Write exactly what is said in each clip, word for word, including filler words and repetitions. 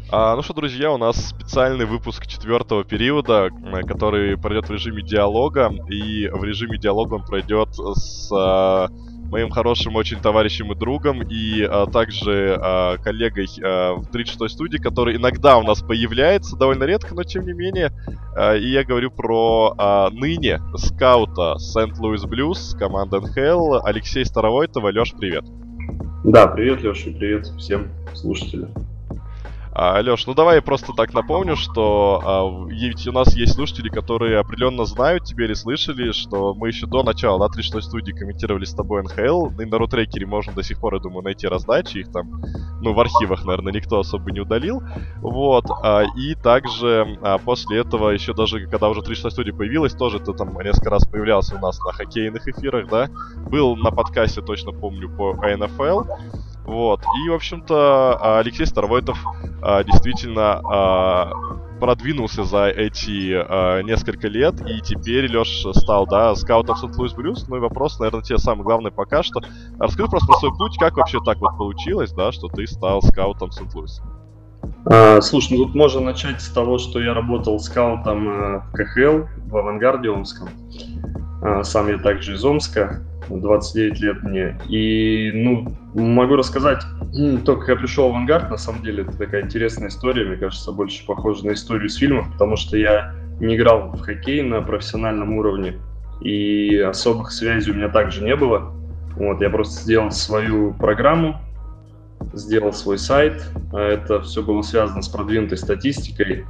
А, ну что, друзья, у нас специальный выпуск четвертого периода, э, который пройдет в режиме диалога, и в режиме диалога он пройдет с а, моим хорошим очень товарищем и другом, и а, также а, коллегой а, в тридцать шестой студии, который иногда у нас появляется, довольно редко, но тем не менее. А, и я говорю про а, ныне скаута Сент-Луис Блюз, команда эн эйч эл, Алексей Старовойтов. Лёш, привет. Да, привет, Леша, привет всем слушателям. А, Лёш, ну давай я просто так напомню, что а, ведь у нас есть слушатели, которые определенно знают тебя или слышали, что мы еще до начала на тридцать шестой студии комментировали с тобой эн эйч эл, и на рутрекере можно до сих пор, я думаю, найти раздачи, их там, ну, в архивах, наверное, никто особо не удалил, вот, а, и также а, после этого, еще даже, когда уже тридцать шестая студия появилась, тоже ты там несколько раз появлялся у нас на хоккейных эфирах, да, был на подкасте, точно помню, по эн эф эл. Вот, и, в общем-то, Алексей Старовойтов а, действительно а, продвинулся за эти а, несколько лет, и теперь Лёш стал, да, скаутом Сент-Луис Блюз. Ну и вопрос, наверное, тебе самый главный пока что. Расскажи просто про свой путь, как вообще так вот получилось, да, что ты стал скаутом Сент-Луис? А, слушай, ну тут можно начать с того, что я работал скаутом в ка ха эл, в Авангарде Омском. А, сам я также из Омска, двадцать девять лет мне. И, ну, могу рассказать, то, как я пришел в Авангард, на самом деле, это такая интересная история, мне кажется, больше похожа на историю из фильмов, потому что я не играл в хоккей на профессиональном уровне, и особых связей у меня также не было. Вот, я просто сделал свою программу, сделал свой сайт, это все было связано с продвинутой статистикой.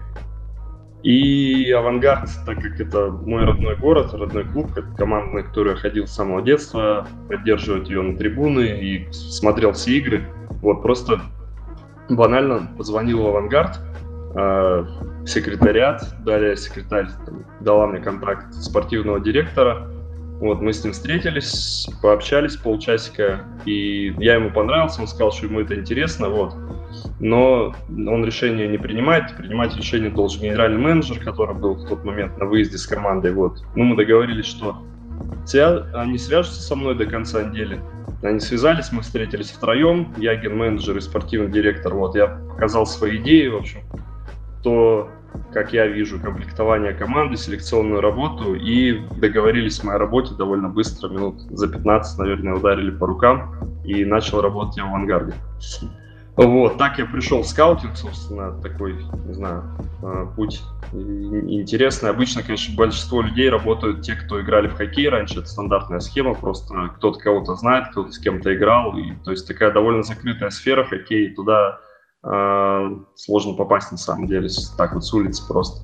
И Авангард, так как это мой родной город, родной клуб, это команда, на которую я ходил с самого детства, поддерживать ее на трибуны и смотрел все игры. Вот просто банально позвонил в Авангард, э, секретариат, далее секретарь там, дала мне контакт спортивного директора. Вот, мы с ним встретились, пообщались полчасика, и я ему понравился, он сказал, что ему это интересно, вот. Но он решение не принимает, принимать решение должен генеральный менеджер, который был в тот момент на выезде с командой, вот. Ну, мы договорились, что они свяжутся со мной до конца недели. Они связались, мы встретились втроем, я ген-менеджер и спортивный директор, вот. Я показал свои идеи, в общем, то, как я вижу, комплектование команды, селекционную работу, и договорились о моей работе довольно быстро, минут за пятнадцать, наверное, ударили по рукам, и начал работать я в Авангарде. Вот, так я пришел в скаутинг, собственно, такой, не знаю, путь интересный. Обычно, конечно, большинство людей работают те, кто играли в хоккей раньше, это стандартная схема, просто кто-то кого-то знает, кто-то с кем-то играл, и, то есть такая довольно закрытая сфера хоккей, туда э, сложно попасть на самом деле, так вот с улицы просто.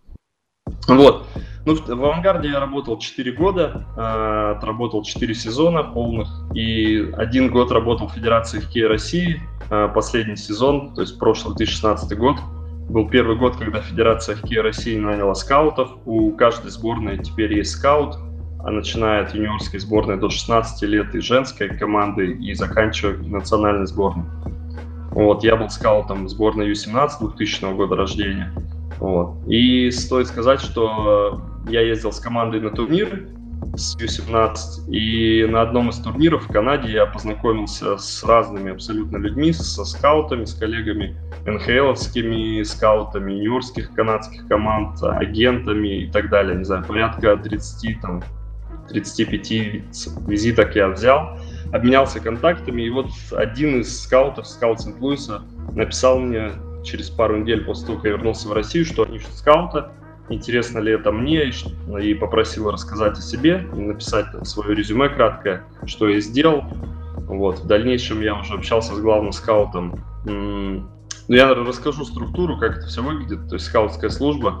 Вот. Ну, в Авангарде я работал четыре года, э, отработал четыре сезона полных, и один год работал в Федерации хоккея России, э, последний сезон, то есть прошлый две тысячи шестнадцатый год, был первый год, когда Федерация хоккея России наняла скаутов, у каждой сборной теперь есть скаут, а начиная от юниорской сборной до шестнадцати лет и женской команды, и заканчивая национальной сборной. Вот, я был скаутом сборной ю семнадцать двухтысячного года рождения. Вот. И стоит сказать, что я ездил с командой на турниры с ю семнадцать, и на одном из турниров в Канаде я познакомился с разными абсолютно людьми, со скаутами, с коллегами эн эйч эл-овскими скаутами, юниорских канадских команд, агентами и так далее. Не знаю, порядка тридцати, там, тридцати пяти визиток я взял, обменялся контактами, и вот один из скаутов, скаут Сент-Луиса, написал мне через пару недель после того, как я вернулся в Россию, что они ищут скаута, интересно ли это мне, и, и попросил рассказать о себе, написать там свое резюме краткое, что я сделал. Вот. В дальнейшем я уже общался с главным скаутом. Ну, я расскажу структуру, как это все выглядит, то есть скаутская служба.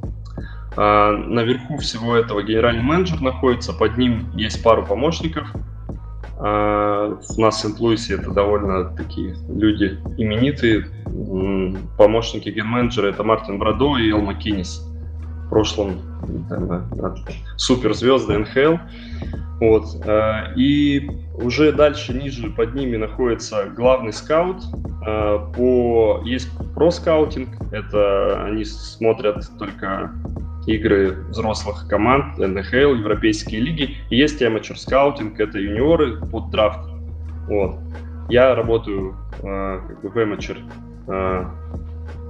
А, наверху всего этого генеральный менеджер находится, под ним есть пару помощников. Uh, у нас в Сент-Луисе это довольно такие люди именитые. Помощники ген-менеджера — это Мартин Брадо и Эл Маккинис. В прошлом да, суперзвезды эн эйч эл. Вот. Uh, и уже дальше, ниже, под ними находится главный скаут. Uh, по... Есть про-скаутинг. Это они смотрят только игры взрослых команд, эн эйч эл, европейские лиги. И есть amateur скаутинг, это юниоры под драфт. Вот. Я работаю э, как бы в amateur э,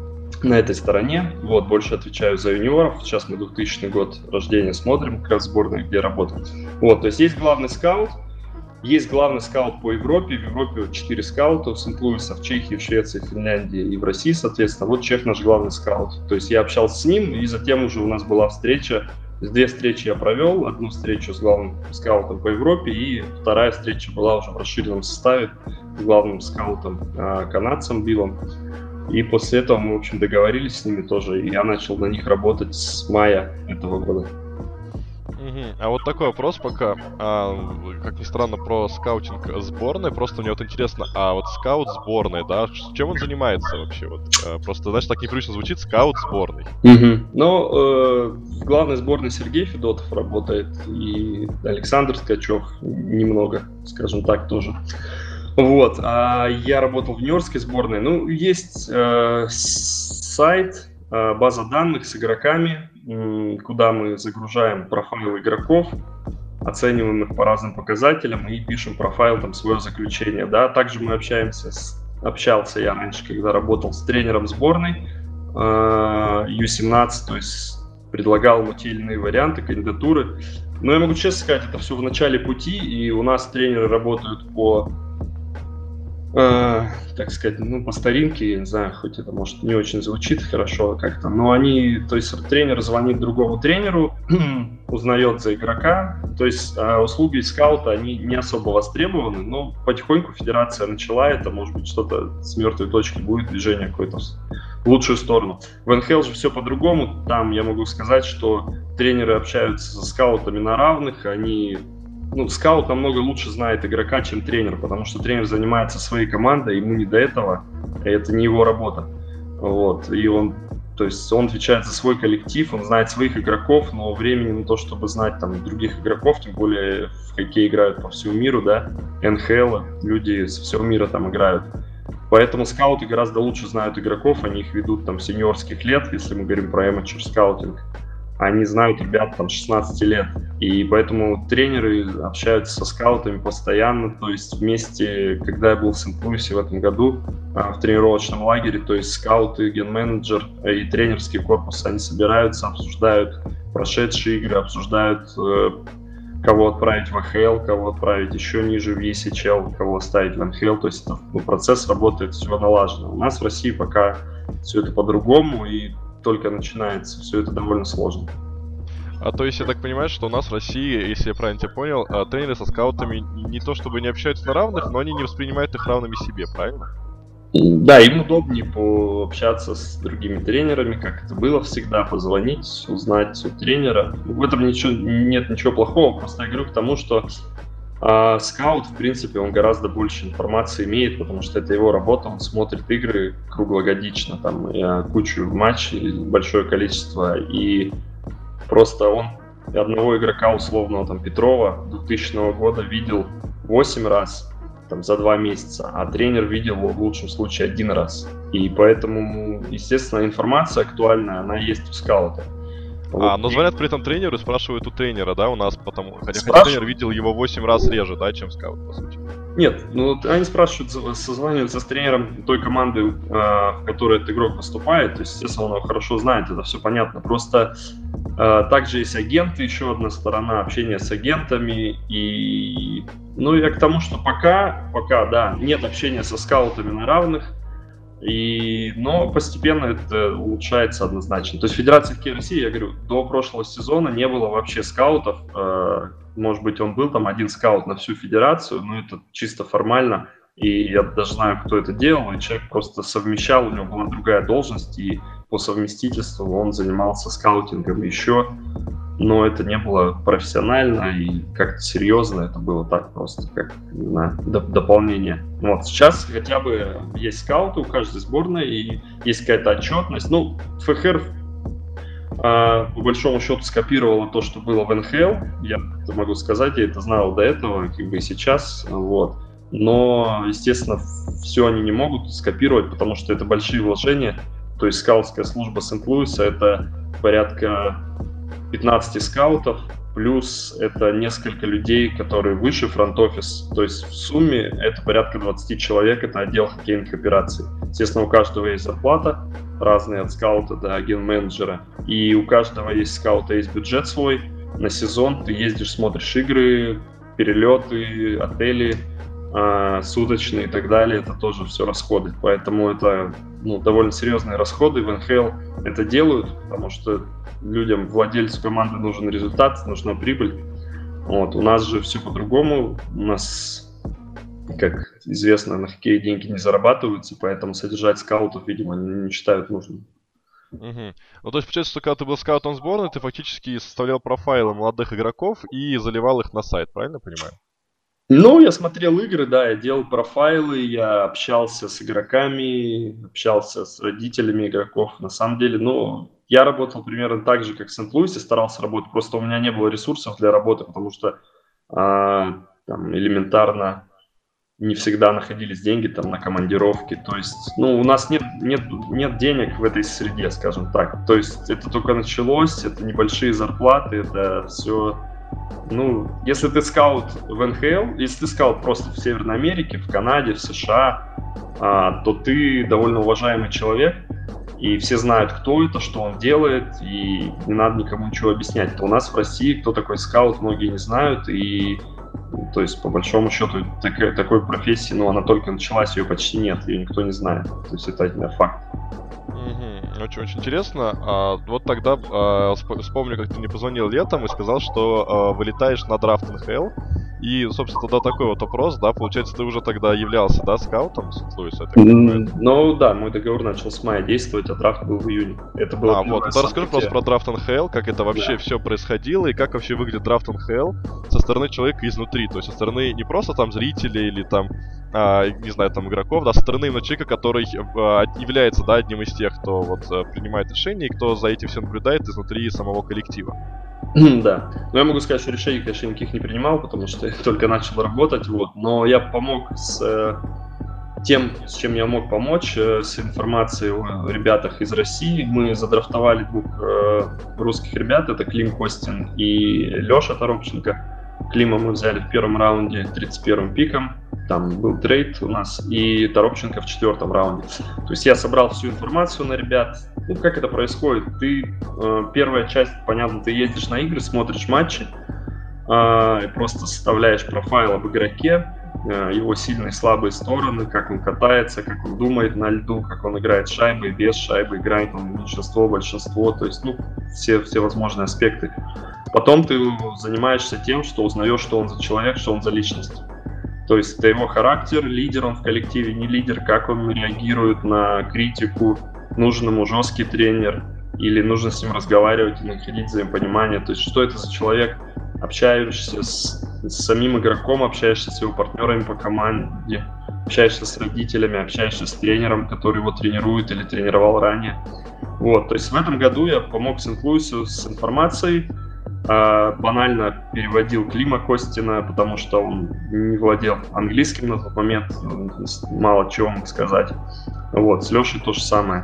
на этой стороне. Вот, больше отвечаю за юниоров. Сейчас мы двухтысячный год рождения смотрим, как раз сборная, где работаем. Вот, то есть есть главный скаут, есть главный скаут по Европе. В Европе четыре скаута у Сент-Луиса, в Чехии, в Швеции, в Финляндии и в России, соответственно. Вот Чех наш главный скаут. То есть я общался с ним, и затем уже у нас была встреча. Две встречи я провел. Одну встречу с главным скаутом по Европе, и вторая встреча была уже в расширенном составе с главным скаутом канадцем Биллом. И после этого мы, в общем, договорились с ними тоже, и я начал на них работать с мая этого года. Угу. А вот такой вопрос пока, а, как ни странно, про скаутинг сборной. Просто мне вот интересно, а вот скаут сборной, да, чем он занимается вообще? Вот, а, просто, знаешь, так непривычно звучит, скаут сборной. Угу. Ну, э, в главной сборной Сергей Федотов работает, и Александр Ткачев немного, скажем так, тоже. Вот, а я работал в юниорской сборной. Ну, есть э, сайт, э, база данных с игроками, э, куда мы загружаем профайлы игроков, оцениваем их по разным показателям и пишем профайл, там, свое заключение, да. Также мы общаемся с, общался я раньше, когда работал с тренером сборной э, ю семнадцать, то есть предлагал ему те или иные варианты, кандидатуры. Но я могу честно сказать, это все в начале пути, и у нас тренеры работают по Э, так сказать, ну, по старинке, я не знаю, хоть это, может, не очень звучит хорошо как-то, но они, то есть тренер звонит другому тренеру, узнает за игрока, то есть э, услуги скаута, они не особо востребованы, но потихоньку федерация начала это, может быть, что-то с мертвой точки будет, движение какое-то в лучшую сторону. В эн ха эл же все по-другому, там я могу сказать, что тренеры общаются со скаутами на равных, они... Ну, скаут намного лучше знает игрока, чем тренер, потому что тренер занимается своей командой, ему не до этого, это не его работа. Вот, и он, то есть он отвечает за свой коллектив, он знает своих игроков, но времени на то, чтобы знать там других игроков, тем более в хоккей играют по всему миру, да, эн ха эл, люди со всего мира там играют. Поэтому скауты гораздо лучше знают игроков, они их ведут там с сеньорских лет, если мы говорим про amateur скаутинг. Они знают ребят там шестнадцати лет, и поэтому тренеры общаются со скаутами постоянно, то есть вместе, когда я был в Сент-Луисе в этом году в тренировочном лагере, то есть скауты, ген-менеджер и тренерский корпус, они собираются, обсуждают прошедшие игры, обсуждают, кого отправить в а ха эл, кого отправить еще ниже в и эс эйч эл, кого оставить в эн ха эл, то есть ну, процесс работает, все налажено. У нас в России пока все это по-другому, и только начинается, все это довольно сложно. А то есть я так понимаю, что у нас в России, если я правильно тебя понял, тренеры со скаутами не то чтобы не общаются на равных, но они не воспринимают их равными себе, правильно? Да, им удобнее пообщаться с другими тренерами, как это было всегда, позвонить, узнать у тренера. В этом ничего, нет ничего плохого, просто я говорю к тому, что А скаут, в принципе, он гораздо больше информации имеет, потому что это его работа, он смотрит игры круглогодично, там кучу матчей, большое количество, и просто он одного игрока условного, там, Петрова двухтысячного года видел восемь раз там, за два месяца, а тренер видел его в лучшем случае один раз. И поэтому, естественно, информация актуальная, она есть у скаута. А, но звонят при этом тренеру и спрашивают у тренера, да, у нас потому... Хотя, хотя тренер видел его восемь раз реже, да, чем скаут, по сути. Нет, ну они спрашивают, созваниваются с тренером той команды, в которой этот игрок выступает, то есть, естественно, он его хорошо знает, это все понятно. Просто также есть агенты, еще одна сторона общения с агентами, и... Ну, я к тому, что пока, пока, да, нет общения со скаутами на равных, И, но постепенно это улучшается однозначно. То есть Федерация хоккея России, я говорю, до прошлого сезона не было вообще скаутов. Может быть, он был там один скаут на всю федерацию, но это чисто формально. И я даже знаю, кто это делал. И человек просто совмещал, у него была другая должность, и по совместительству он занимался скаутингом еще. Но это не было профессионально и как-то серьезно, это было так просто, как на дополнение. Вот сейчас хотя бы есть скауты у каждой сборной, и есть какая-то отчетность. Ну, эф ха эр а, по большому счету скопировала то, что было в эн ха эл, я это могу сказать, я это знал до этого, как бы и сейчас, вот. Но, естественно, все они не могут скопировать, потому что это большие вложения. То есть скаутская служба Сент-Луиса — это порядка пятнадцать скаутов, плюс это несколько людей, которые выше фронт-офис. То есть в сумме это порядка двадцать человек, это отдел хоккейных операций. Естественно, у каждого есть зарплата, разные от скаута до ген-менеджера. И у каждого есть скаута, есть бюджет свой на сезон. Ты ездишь, смотришь игры, перелеты, отели, э, суточные и так далее. Это тоже все расходы. Поэтому это ну, довольно серьезные расходы. В эн эйч эл это делают, потому что людям, владельцу команды нужен результат, нужна прибыль. Вот. У нас же все по-другому. У нас, как известно, на хоккее деньги не зарабатываются, поэтому содержать скаутов, видимо, не считают нужным. Угу. Ну, то есть, получается, что когда ты был скаутом сборной, ты фактически составлял профайлы молодых игроков и заливал их на сайт, правильно понимаю? Ну, я смотрел игры, да, я делал профайлы, я общался с игроками, общался с родителями игроков. На самом деле, ну, я работал примерно так же, как в Сент-Луисе, старался работать, просто у меня не было ресурсов для работы, потому что а, там элементарно не всегда находились деньги там на командировки. То есть, ну, у нас нет, нет, нет денег в этой среде, скажем так. То есть, это только началось, это небольшие зарплаты, это все... Ну, если ты скаут в эн эйч эл, если ты скаут просто в Северной Америке, в Канаде, в США, а, то ты довольно уважаемый человек, и все знают, кто это, что он делает, и не надо никому ничего объяснять. То у нас в России кто такой скаут, многие не знают, и то есть, по большому счету, такой, такой профессии, ну, она только началась, ее почти нет, ее никто не знает. То есть, это один факт. Очень-очень интересно. А, вот тогда а, вспомню, как ты мне позвонил летом и сказал, что а, вылетаешь на драфт эн эйч эл. И, собственно, тогда такой вот вопрос, да, получается, ты уже тогда являлся, да, скаутом Сент-Луиса? Ну, да, мой договор начал с мая действовать, а драфт был в июне. Это было а, вот, тогда расскажи просто про драфт эн эйч эл, как это вообще да. все происходило, и как вообще выглядит драфт эн эйч эл со стороны человека изнутри, то есть со стороны не просто там зрителей или там, а, не знаю, там игроков, да, со стороны именно человека, который а, является, да, одним из тех, кто вот принимает решения, и кто за этим все наблюдает изнутри самого коллектива. Да, но я могу сказать, что решений, конечно, никаких не принимал, потому что я только начал работать, вот, но я помог с э, тем, с чем я мог помочь, э, с информацией о ребятах из России. Мы задрафтовали двух э, русских ребят, это Клим Костин и Леша Торопченко. Клима мы взяли в первом раунде тридцать первым пиком, там был трейд у нас, и Торопченко в четвертом раунде. То есть я собрал всю информацию на ребят. Ну, как это происходит? Ты, э, первая часть, понятно, ты ездишь на игры, смотришь матчи, э, просто составляешь профайл об игроке, э, его сильные и слабые стороны, как он катается, как он думает на льду, как он играет с шайбой, без шайбы, играет он меньшинство, большинство, то есть, ну, все, все возможные аспекты. Потом ты занимаешься тем, что узнаешь, что он за человек, что он за личность. То есть это его характер, лидер он в коллективе, не лидер, как он реагирует на критику, нужен ему жесткий тренер, или нужно с ним разговаривать и находить взаимопонимание. То есть что это за человек, общаешься с, с самим игроком, общаешься с его партнерами по команде, общаешься с родителями, общаешься с тренером, который его тренирует или тренировал ранее. Вот, то есть в этом году я помог Сент-Луису с информацией, а, банально переводил Клима Костина, потому что он не владел английским на тот момент, мало чего мог сказать. Вот, с Лешей то же самое.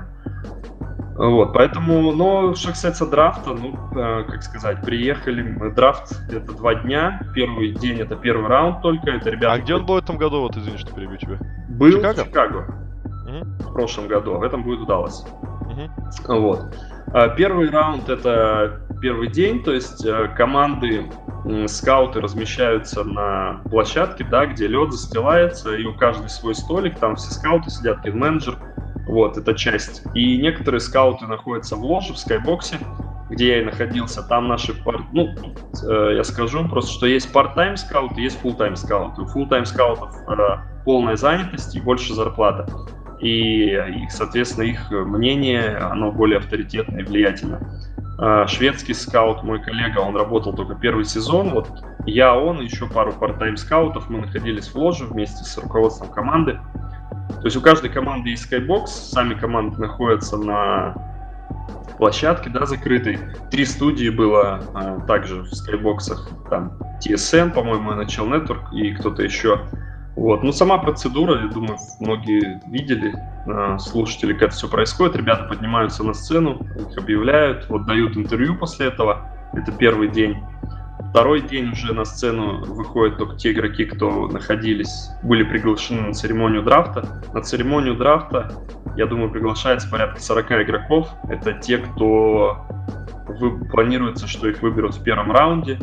Вот, поэтому, но что касается драфта, ну, э, как сказать, приехали, мы, драфт это два дня, первый день это первый раунд только, это ребята... А где он был в этом году, вот извини, что перебью тебя? Был Чикаго? в Чикаго, угу. в прошлом году, а в этом будет в Далласе. Угу. Вот. А первый раунд это первый день, то есть э, команды, э, скауты размещаются на площадке, да, где лед застилается, и у каждого свой столик, там все скауты сидят, ген-менеджер. Вот, это часть. И некоторые скауты находятся в ложе, в скайбоксе, где я и находился. Там наши пар... Ну, э, я скажу просто, что есть part-time скауты, есть full-time скауты. У full-time скаутов э, полная занятость и больше зарплата. И, и, соответственно, их мнение, оно более авторитетное и влиятельное. Э, шведский скаут, мой коллега, он работал только первый сезон. Вот я, он и еще пару part-time скаутов, мы находились в ложе вместе с руководством команды. То есть у каждой команды есть скайбокс, сами команды находятся на площадке, да, закрытой. Три студии было а, также в скайбоксах, там ти эс эн, по-моему, эн эйч эл Network и кто-то еще. Вот. Ну, сама процедура, я думаю, многие видели, а, слушатели, как это все происходит. Ребята поднимаются на сцену, их объявляют, вот дают интервью после этого. Это первый день. второй день уже на сцену выходят только те игроки, кто находились, были приглашены на церемонию драфта. На церемонию драфта, я думаю, приглашается порядка сорок игроков. Это те, кто вы, планируется, что их выберут в первом раунде.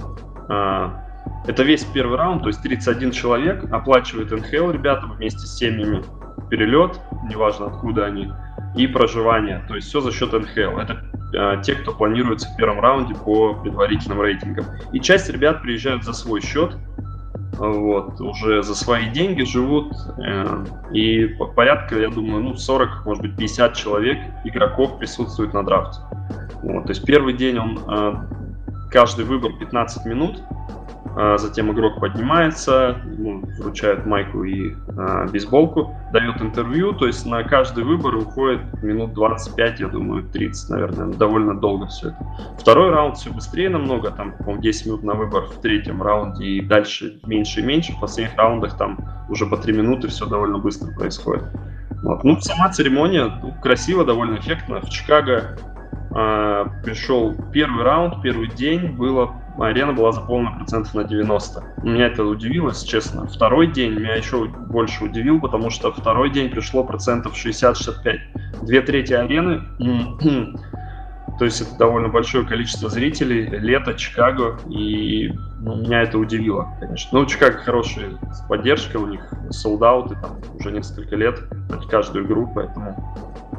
Это весь первый раунд, то есть тридцать один человек оплачивает эн ха эл ребята вместе с семьями перелет, неважно откуда они, и проживание, то есть все за счет эн ха эл. Это э, те, кто планируется в первом раунде по предварительным рейтингам. И часть ребят приезжают за свой счет, вот, уже за свои деньги живут, э, и порядка, я думаю, ну сорок, может быть пятьдесят человек, игроков присутствует на драфте. Вот, то есть первый день он, э, каждый выбор пятнадцать минут, затем игрок поднимается, ну, вручает майку и а, бейсболку, дает интервью, то есть на каждый выбор уходит минут двадцать пять, я думаю, тридцать, наверное, довольно долго все это. Второй раунд все быстрее намного, там, по-моему, десять минут на выбор в третьем раунде, и дальше меньше и меньше, в последних раундах там уже по три минуты все довольно быстро происходит. Вот. Ну, сама церемония, ну, красиво, довольно эффектно. В Чикаго а, пришел первый раунд, первый день, было арена была заполнена процентов на девяносто. Меня это удивило, если честно. Второй день меня еще больше удивил, потому что второй день пришло процентов шестьдесят-шестьдесят пять. Две трети арены, то есть это довольно большое количество зрителей, лето, Чикаго, и ну, меня это удивило, конечно. Ну, Чикаго хорошая поддержка, у них солдауты там уже несколько лет, каждую игру, поэтому...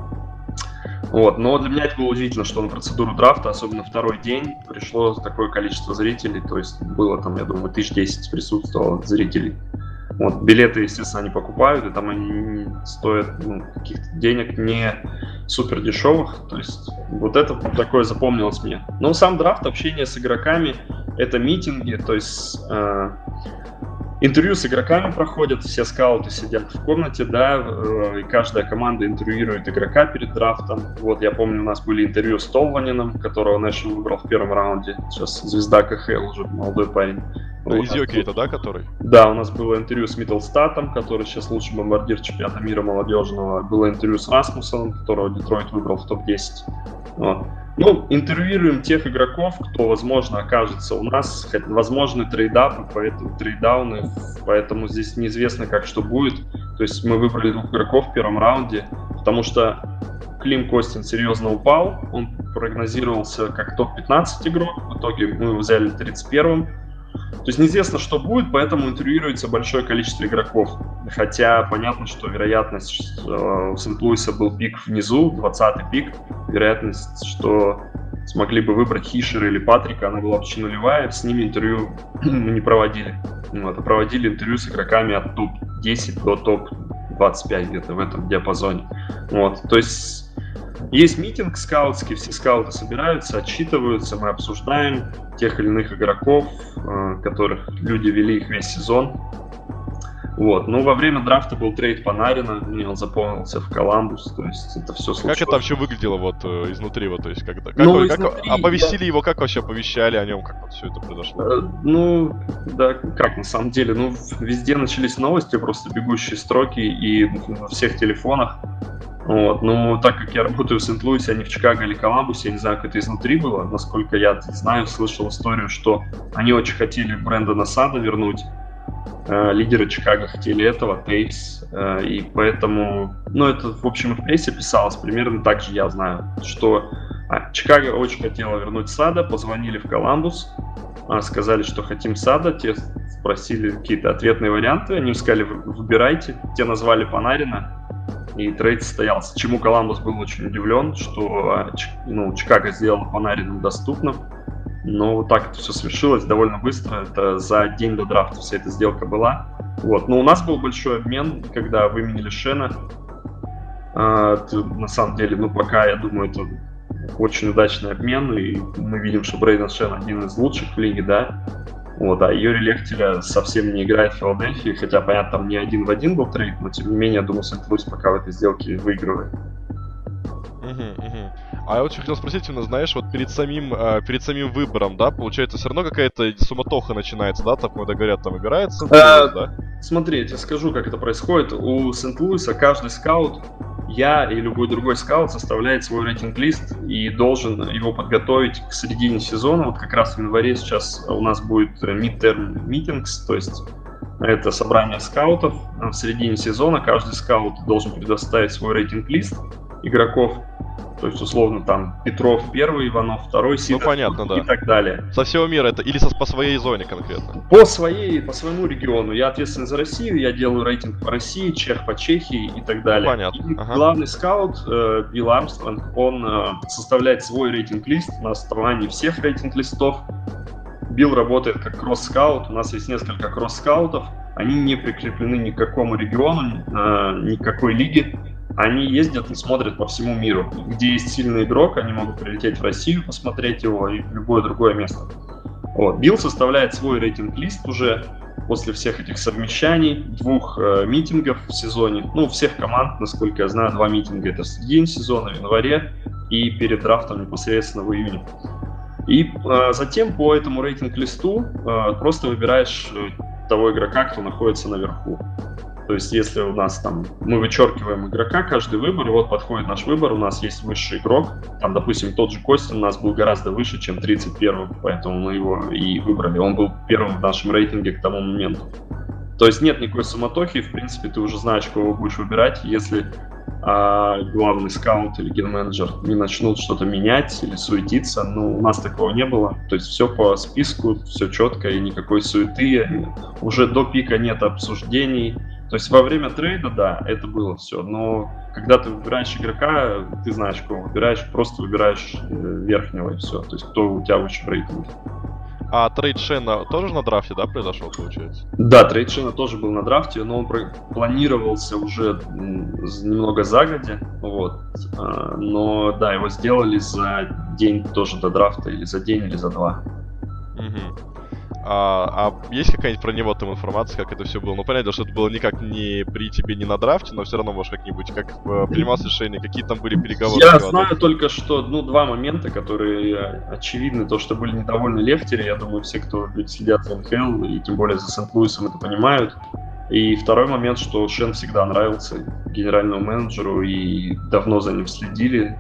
Вот, но для меня это было удивительно, что на процедуру драфта, особенно второй день, пришло такое количество зрителей, то есть было там, я думаю, тысяч десять присутствовало зрителей. Вот, билеты, естественно, они покупают, и там они стоят ну, каких-то денег не супер дешевых, то есть вот это такое запомнилось мне. Но сам драфт, общение с игроками, это митинги, то есть... Э, интервью с игроками проходят, все скауты сидят в комнате, да, и каждая команда интервьюирует игрока перед драфтом. Вот, я помню, у нас были интервью с Толванином, которого Нэшвилл выбрал в первом раунде. Сейчас звезда ка ха эл уже, молодой парень. Ну, из Йоки это, да, который? Да, у нас было интервью с Миддлстатом, который сейчас лучший бомбардир чемпионата мира молодежного. Было интервью с Расмуссоном, которого Детройт выбрал в топ десять. Вот. Ну, интервьюируем тех игроков, кто, возможно, окажется у нас. Возможны трейдапы, поэтому трейдауны, поэтому здесь неизвестно, как что будет. То есть мы выбрали двух игроков в первом раунде, потому что Клим Костин серьезно упал. Он прогнозировался как топ пятнадцать игрок, в итоге мы его взяли тридцать первым. То есть неизвестно, что будет, поэтому интервьюируется большое количество игроков. Хотя понятно, что вероятность э, у Сент-Луиса был пик внизу, двадцатый пик. Вероятность, что смогли бы выбрать Хишера или Патрика, она была почти нулевая. С ними интервью мы не проводили. Вот, а проводили интервью с игроками от топ десять до топ двадцать пять, где-то в этом диапазоне. Вот, то есть есть митинг скаутский, все скауты собираются, отчитываются, мы обсуждаем тех или иных игроков, которых люди вели их весь сезон. Вот. Ну, во время драфта был трейд Панарина, мне он заполнился в Коламбус, то есть это все случилось. Как это вообще выглядело вот э, изнутри, вот, то есть когда, как, ну, как, изнутри, оповестили да. его, как вообще оповещали о нем, как вот все это произошло? Э, ну, да, как на самом деле, ну, везде начались новости, просто бегущие строки и во всех телефонах. Вот. Ну, так как я работаю в Сент-Луисе, а не в Чикаго или Коламбусе, я не знаю, как это изнутри было. Насколько я знаю, слышал историю, что они очень хотели Брэндона Сада вернуть. Э, лидеры Чикаго хотели этого, Тейпс. Э, и поэтому, ну, это, в общем, и в прессе писалось. Примерно так же я знаю, что а, Чикаго очень хотела вернуть Сада, позвонили в Коламбус, а, сказали, что хотим Сада, те спросили какие-то ответные варианты, они сказали, выбирайте, те назвали Панарина. И трейд состоялся, чему Коламбус был очень удивлен, что ну, Чикаго сделал Панарина доступным. Но вот так это все свершилось довольно быстро. Это за день до драфта вся эта сделка была. Вот. Но у нас был большой обмен, когда выменили Шена. А, это, на самом деле, ну пока, я думаю, это очень удачный обмен. И мы видим, что Брейден Шен один из лучших в лиге, да. Вот, а Юрий Лехтеля совсем не играет в Филадельфии, хотя, понятно, там не один в один был трейд, но, тем не менее, я думаю, Сент-Луис пока в этой сделке выигрывает. Uh-huh, uh-huh. А я очень хотел спросить, именно, знаешь, вот перед самим, э, перед самим выбором, да, получается, все равно какая-то суматоха начинается, да, так, когда говорят, там, играет Сент-Луис, да? Смотри, я тебе скажу, как это происходит. У Сент-Луиса каждый скаут я и любой другой скаут составляет свой рейтинг-лист и должен его подготовить к середине сезона. Вот как раз в январе сейчас у нас будет mid-term meetings, то есть это собрание скаутов. В середине сезона каждый скаут должен предоставить свой рейтинг-лист игроков. То есть, условно, там, Петров первый, Иванов второй, Сидоров, ну, понятно, да. и так далее. Со всего мира это или со, по своей зоне конкретно? По своей, по своему региону. Я ответственен за Россию, я делаю рейтинг по России, Чех по Чехии и так далее. Понятно. И ага. Главный скаут э, Билл Армстронг, он э, составляет свой рейтинг-лист на основании всех рейтинг-листов. Билл работает как кросс-скаут, у нас есть несколько кросс-скаутов, они не прикреплены ни к какому региону, э, ни к какой лиге. Они ездят и смотрят по всему миру. Где есть сильный игрок, они могут прилететь в Россию, посмотреть его и в любое другое место. Вот. Билл составляет свой рейтинг-лист уже после всех этих совмещаний, двух э, митингов в сезоне. Ну, у всех команд, насколько я знаю, два митинга. Это в середине сезона, в январе и перед драфтом непосредственно в июне. И э, затем по этому рейтинг-листу э, просто выбираешь э, того игрока, кто находится наверху. То есть, если у нас там, мы вычеркиваем игрока, каждый выбор, и вот подходит наш выбор, у нас есть высший игрок, там, допустим, тот же Костин у нас был гораздо выше, чем тридцать первым, поэтому мы его и выбрали. Он был первым в нашем рейтинге к тому моменту. То есть, нет никакой суматохи, в принципе, ты уже знаешь, кого будешь выбирать, если а, главный скаут или ген-менеджер не начнут что-то менять или суетиться. Ну, у нас такого не было. То есть, все по списку, все четко, и никакой суеты, уже до пика нет обсуждений. То есть во время трейда, да, это было все, но когда ты выбираешь игрока, ты знаешь, кого выбираешь, просто выбираешь верхнего и все, то есть кто у тебя выше в рейтинге. А трейд Шена тоже на драфте, да, произошел, получается? Да, трейд Шена тоже был на драфте, но он планировался уже немного загодя, вот, но да, его сделали за день тоже до драфта, или за день, или за два. Угу. А, а есть какая-нибудь про него там информация, как это все было? Ну, понятно, что это было никак не при тебе, не на драфте, но все равно, может, как-нибудь, как э, принималось решение, какие там были переговоры? Я знаю только, что, ну, два момента, которые очевидны, то, что были недовольны Лефтери, я думаю, все, кто следят за эн эйч эл, и тем более за Сент-Луисом, это понимают. И второй момент, что Шен всегда нравился генеральному менеджеру, и давно за ним следили,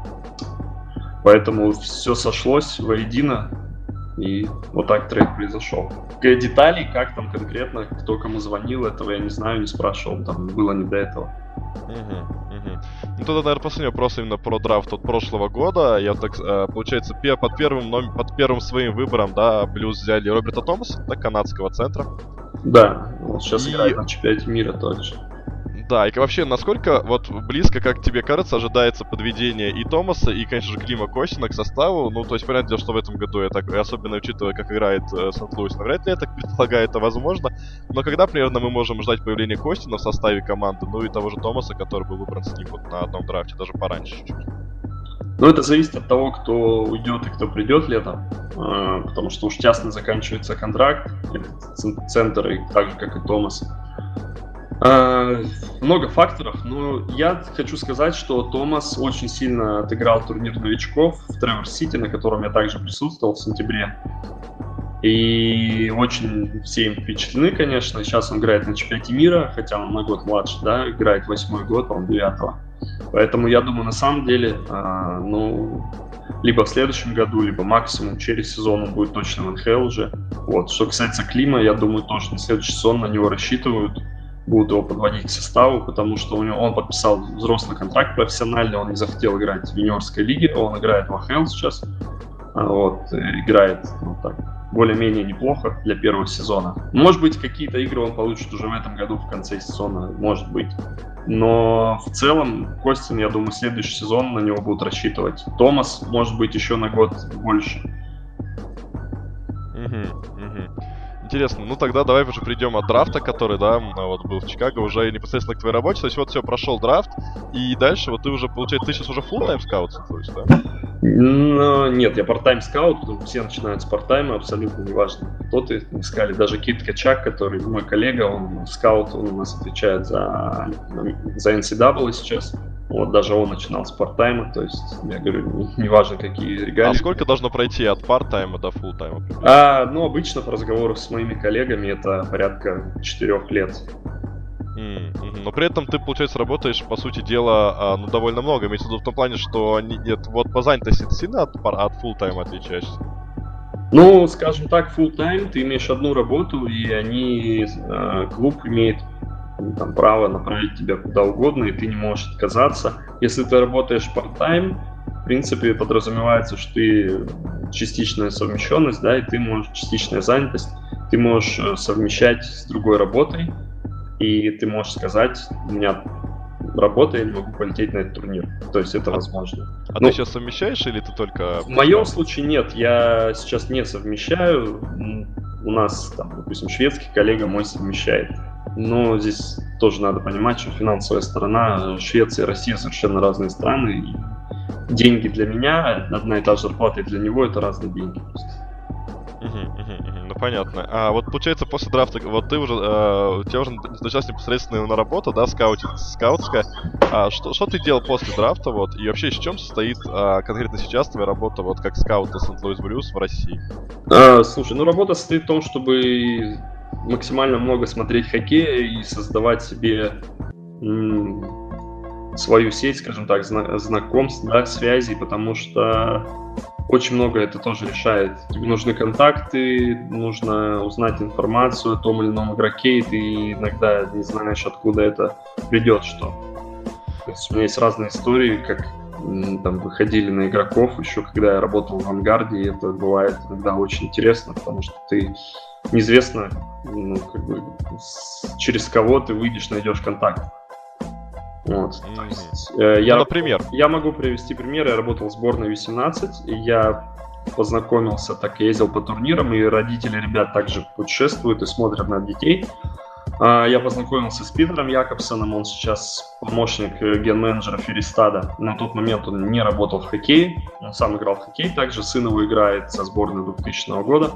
поэтому все сошлось воедино. И вот так трейд произошел. Деталей, как там конкретно, кто кому звонил, этого я не знаю, не спрашивал, там было не до этого. Угу, угу. Ну тогда, наверное, последний вопрос именно про драфт от прошлого года. Я так, получается, под первым, под первым своим выбором, да, Блюз взяли Роберта Томаса, да, канадского центра. Да, вот сейчас и... играет на чемпионате мира также. Да, и вообще, насколько вот близко, как тебе кажется, ожидается подведение и Томаса, и, конечно же, Клима Костина к составу? Ну, то есть, понятно, что в этом году, я так, особенно учитывая, как играет э, Сент-Луис, навряд ли я так предполагаю, это возможно. Но когда примерно мы можем ждать появления Костина в составе команды, ну и того же Томаса, который был выбран с ним вот на одном драфте, даже пораньше чуть-чуть? Ну, это зависит от того, кто уйдет и кто придет летом, э, потому что уж часто заканчивается контракт, этот центр, и так же, как и Томас. Uh, много факторов, но я хочу сказать, что Томас очень сильно отыграл турнир новичков в Тревор-Сити, на котором я также присутствовал в сентябре. И очень все им впечатлены, конечно. Сейчас он играет на чемпионате мира, хотя он на год младше, да, играет восьмой год, по-моему, девятого. Поэтому я думаю, на самом деле, uh, ну, либо в следующем году, либо максимум через сезон он будет точно в эн эйч эл уже. Вот. Что касается Клима, я думаю, тоже на следующий сезон на него рассчитывают. Будут его подводить к составу, потому что у него, он подписал взрослый контракт профессиональный, он не захотел играть в юниорской лиге, он играет в эй эйч эл сейчас, вот, играет вот так, более-менее неплохо для первого сезона. Может быть, какие-то игры он получит уже в этом году, в конце сезона, может быть. Но в целом, Костин, я думаю, следующий сезон на него будут рассчитывать. Томас, может быть, еще на год больше. Угу, угу. Интересно, ну тогда давай уже придем от драфта, который, да, вот был в Чикаго, уже непосредственно к твоей работе. То есть вот все, прошел драфт, и дальше вот ты уже, получается, ты сейчас уже full-time скаут, то есть, да? Ну, нет, я part-time скаут, все начинают с part-time, абсолютно неважно, кто ты. Искали даже Кит Качак, который мой коллега, он скаут, он у нас отвечает за, за эн си дабл эй сейчас. Вот, даже он начинал с парт-тайма, то есть, я говорю, неважно, не какие регалии. А сколько должно пройти от парт-тайма до фулл-тайма? А, ну, обычно по разговору с моими коллегами это порядка четырех лет. Mm-hmm. Но при этом ты, получается, работаешь, по сути дела, ну, довольно много. Имеется в виду в том плане, что нет, вот по занятости ты сильно от, от full-time отличаешься? Ну, скажем так, full-time, ты имеешь одну работу, и они, клуб имеет там право направить тебя куда угодно, и ты не можешь отказаться. Если ты работаешь part-time, в принципе, подразумевается, что ты частичная совмещенность, да, и ты можешь, частичная занятость, ты можешь совмещать с другой работой, и ты можешь сказать, у меня работа, я не могу полететь на этот турнир. То есть это а, возможно. А ну, ты сейчас совмещаешь или ты только... В моем случае нет, я сейчас не совмещаю. У нас, там, допустим, шведский коллега мой совмещает. Но здесь тоже надо понимать, что финансовая сторона, Швеция и Россия совершенно разные страны. И деньги для меня, одна и та же зарплата, и для него это разные деньги просто. Угу, угу, угу. Ну понятно. А вот получается после драфта, вот ты уже, э, у тебя уже началась непосредственно на работа, да, скаутинг, скаутская. А что, что ты делал после драфта, вот, и вообще с чем состоит а, конкретно сейчас твоя работа, вот, как скаут на Сент-Луис Брюс в России? А, слушай, ну работа состоит в том, чтобы максимально много смотреть хоккея и создавать себе м- свою сеть, скажем так, зна- знакомств, да, связей, потому что очень много это тоже решает. Тебе нужны контакты, нужно узнать информацию о том или ином игроке, и ты иногда не знаешь, откуда это придет, что. То есть у меня есть разные истории, как там выходили на игроков, еще когда я работал в «Авангарде», и это бывает иногда очень интересно, потому что ты неизвестно, ну, как бы, через кого ты выйдешь, найдешь контакт. Вот. Mm-hmm. То есть, э, я, ну, например? Я могу привести пример. Я работал в сборной ю семнадцать, и я познакомился, так ездил по турнирам, и родители ребят также путешествуют и смотрят на детей. А, я познакомился с Питером Якобсоном, он сейчас помощник ген-менеджера Феристада. На тот момент он не работал в хоккее, он сам играл в хоккей, также сын его играет со сборной двухтысячного года.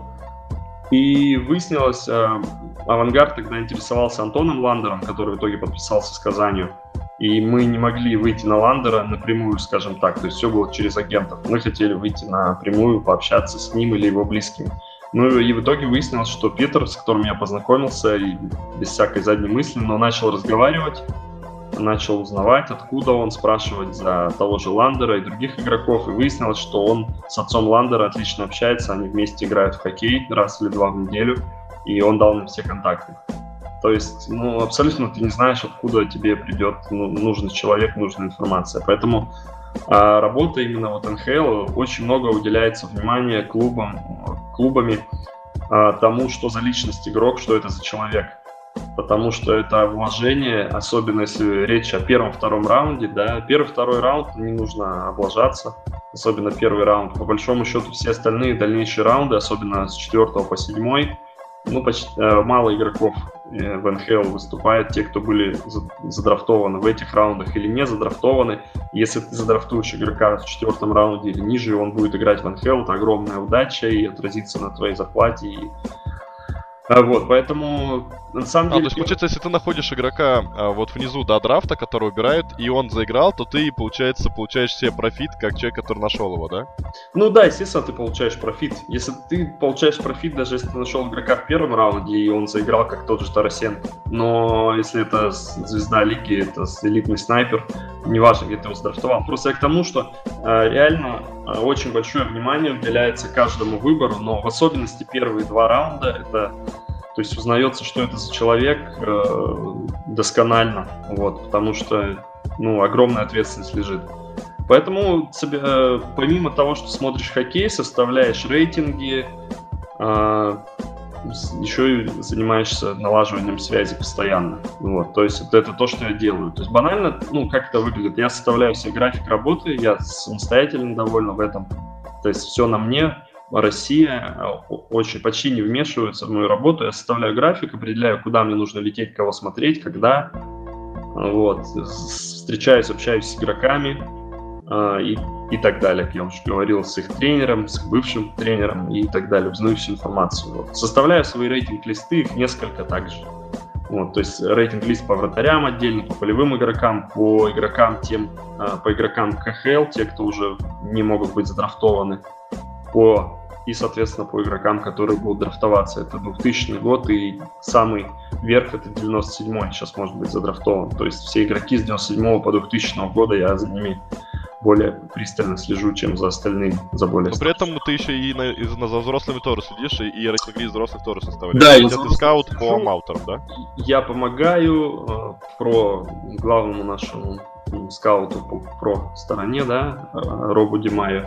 И выяснилось, э, «Авангард» тогда интересовался Антоном Ландером, который в итоге подписался с Казанью. И мы не могли выйти на Ландера напрямую, скажем так, то есть все было через агентов. Мы хотели выйти напрямую, пообщаться с ним или его близкими. Ну и в итоге выяснилось, что Питер, с которым я познакомился, и без всякой задней мысли, но начал разговаривать, начал узнавать, откуда он, спрашивать за того же Ландера и других игроков. И выяснилось, что он с отцом Ландера отлично общается, они вместе играют в хоккей раз или два в неделю, и он дал мне все контакты. То есть, ну, абсолютно ты не знаешь, откуда тебе придет ну, нужный человек, нужная информация. Поэтому а, работа именно вот эн ха эл, очень много уделяется внимания клубам, клубами а, тому, что за личность игрок, что это за человек. Потому что это вложение, особенно если речь о первом-втором раунде, да, первый-второй раунд не нужно облажаться, особенно первый раунд. По большому счету все остальные дальнейшие раунды, особенно с четвертого по седьмой, ну, почти э, мало игроков э, в эн ха эл выступает, те, кто были задрафтованы в этих раундах или не задрафтованы. Если ты задрафтуешь игрока в четвертом раунде или ниже, и он будет играть в эн ха эл, это огромная удача и отразится на твоей зарплате. И... А, вот, поэтому, на самом деле... А, то есть, получается, если ты находишь игрока а, вот внизу до драфта, который убирают, и он заиграл, то ты, получается, получаешь себе профит, как человек, который нашел его, да? Ну да, естественно, ты получаешь профит. Если ты получаешь профит, даже если ты нашел игрока в первом раунде, и он заиграл, как тот же Тарасенко. Но если это звезда лиги, это элитный снайпер, неважно, где ты его задрафтовал. Просто я к тому, что э, реально э, очень большое внимание уделяется каждому выбору, но в особенности первые два раунда это... То есть узнается, что это за человек э, досконально, вот, потому что, ну, огромная ответственность лежит. Поэтому тебе, помимо того, что смотришь хоккей, составляешь рейтинги, э, еще и занимаешься налаживанием связи постоянно. Вот, то есть это, это то, что я делаю. То есть банально, ну, как это выглядит? Я составляю себе график работы, я самостоятельно довольно в этом. То есть все на мне. Россия очень почти не вмешивается в мою работу. Я составляю график, определяю, куда мне нужно лететь, кого смотреть, когда. Вот. Встречаюсь, общаюсь с игроками э, и, и так далее. Как я уже говорил, с их тренером, с бывшим тренером и так далее. Узнаю всю информацию. Вот. Составляю свои рейтинг-листы, их несколько также. Вот, то есть рейтинг-лист по вратарям отдельно, по полевым игрокам, по игрокам тем, э, по игрокам ка ха эл, те, кто уже не могут быть задрафтованы, по и, соответственно, по игрокам, которые будут драфтоваться. Это двухтысячный год, и самый верх это девяносто седьмой, сейчас может быть задрафтован. То есть все игроки с девяносто седьмого по двухтысячного года, я за ними более пристально слежу, чем за остальными, за более. Но при этом ты еще и, на, и за взрослыми тоже следишь, и, и рейтинги взрослых тоже составляешь. Да, и ты скаут по амаутерам, да? Я помогаю э, про главному нашему скауту по про стороне, да, э, Робу Димаю.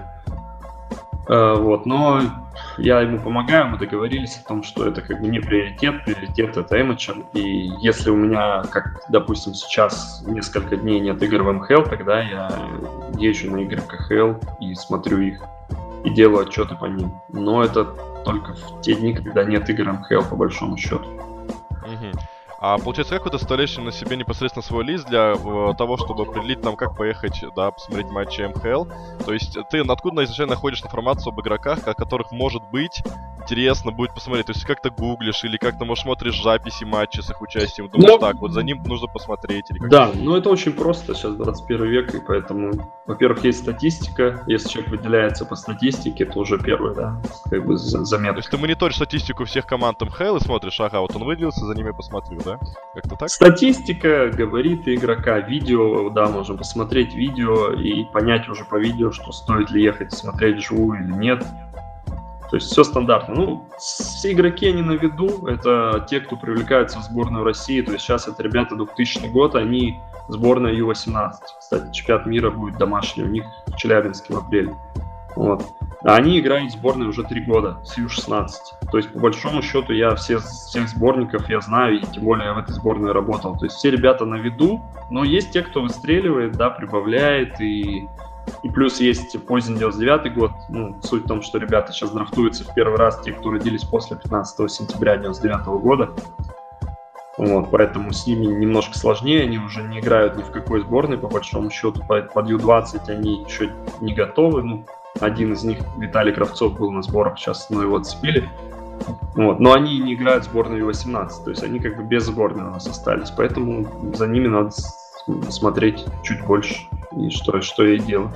Э, вот, но я ему помогаю, мы договорились о том, что это как бы не приоритет, приоритет это эмэчер, и если у меня, как, допустим, сейчас несколько дней нет игр в эм эл, тогда я езжу на игры в ка ха эл и смотрю их, и делаю отчеты по ним, но это только в те дни, когда нет игр эм эл, по большому счету. Угу. А получается, как вы доставляете на себе непосредственно свой лист для э, того, чтобы определить там, как поехать, да, посмотреть матчи эм ха эл? То есть ты откуда изначально находишь информацию об игроках, о которых, может быть, интересно будет посмотреть? То есть как-то гуглишь или как-то, может, смотришь записи матчей с их участием, думаешь, но... так, вот за ним нужно посмотреть? Или да, ну это очень просто, сейчас двадцать первый век, и поэтому, во-первых, есть статистика, если человек выделяется по статистике, то уже первый, да, как бы заметка. То есть ты мониторишь статистику всех команд эм ха эл и смотришь, ага, вот он выделился, за ними посмотрю, да? Как-то так? Статистика, габариты игрока, видео, да, можем посмотреть видео и понять уже по видео, что стоит ли ехать смотреть вживую или нет. То есть все стандартно. Ну, все игроки, они на виду, это те, кто привлекаются в сборную России, то есть сейчас это ребята двухтысячный год, они сборная ю восемнадцать. Кстати, чемпионат мира будет домашний у них в Челябинске в апреле. Вот. А они играют в сборной уже три года, с ю шестнадцать. То есть, по большому счету, я все, всех сборников я знаю, и тем более я в этой сборной работал. То есть, все ребята на виду, но есть те, кто выстреливает, да, прибавляет, и, и плюс есть поздний девяносто девятый год. Ну, суть в том, что ребята сейчас драфтуются в первый раз, те, кто родились после пятнадцатого сентября девяносто девятого года. Вот, поэтому с ними немножко сложнее, они уже не играют ни в какой сборной, по большому счету, под ю двадцать они еще не готовы, ну, один из них, Виталий Кравцов, был на сборах сейчас, но его отцепили. Вот. Но они не играют в сборную ю восемнадцать, то есть они как бы без сборной у нас остались. Поэтому за ними надо смотреть чуть больше. И что, что я и делаю.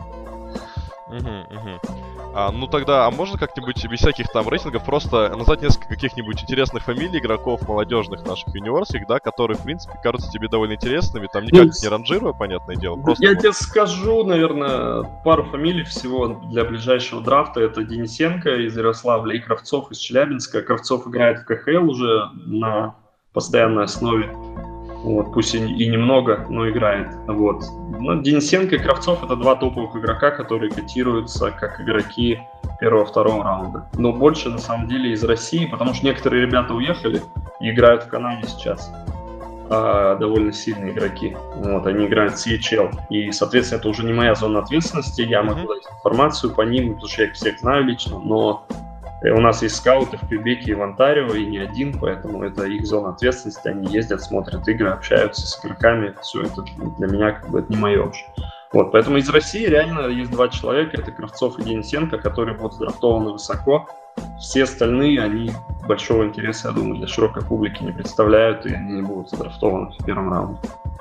Угу, угу. А, ну тогда, а можно как-нибудь без всяких там рейтингов просто назвать несколько каких-нибудь интересных фамилий игроков молодежных наших юниорских, да, которые, в принципе, кажутся тебе довольно интересными, там никак не ранжируя, понятное дело. Просто я вот... тебе скажу, наверное, пару фамилий всего для ближайшего драфта. Это Денисенко из Ярославля и Кравцов из Челябинска. Кравцов играет в ка ха эл уже на постоянной основе. Вот, пусть и, и немного, но играет. Вот. Но Денисенко и Кравцов — это два топовых игрока, которые котируются как игроки первого-второго раунда. Но больше, на самом деле, из России, потому что некоторые ребята уехали и играют в Канаде сейчас. А, довольно сильные игроки. Вот, они играют в си эйч эл. И, соответственно, это уже не моя зона ответственности. Я могу дать информацию по ним, потому что я их всех знаю лично, но у нас есть скауты в Квебеке и в Онтарио, и не один, поэтому это их зона ответственности. Они ездят, смотрят игры, общаются с игроками. Все это для меня как бы это не мое вообще. Вот, поэтому из России реально есть два человека, это Кравцов и Денисенко, которые будут задрафтованы высоко. Все остальные, они большого интереса, я думаю, для широкой публики не представляют, и они не будут задрафтованы в первом раунде.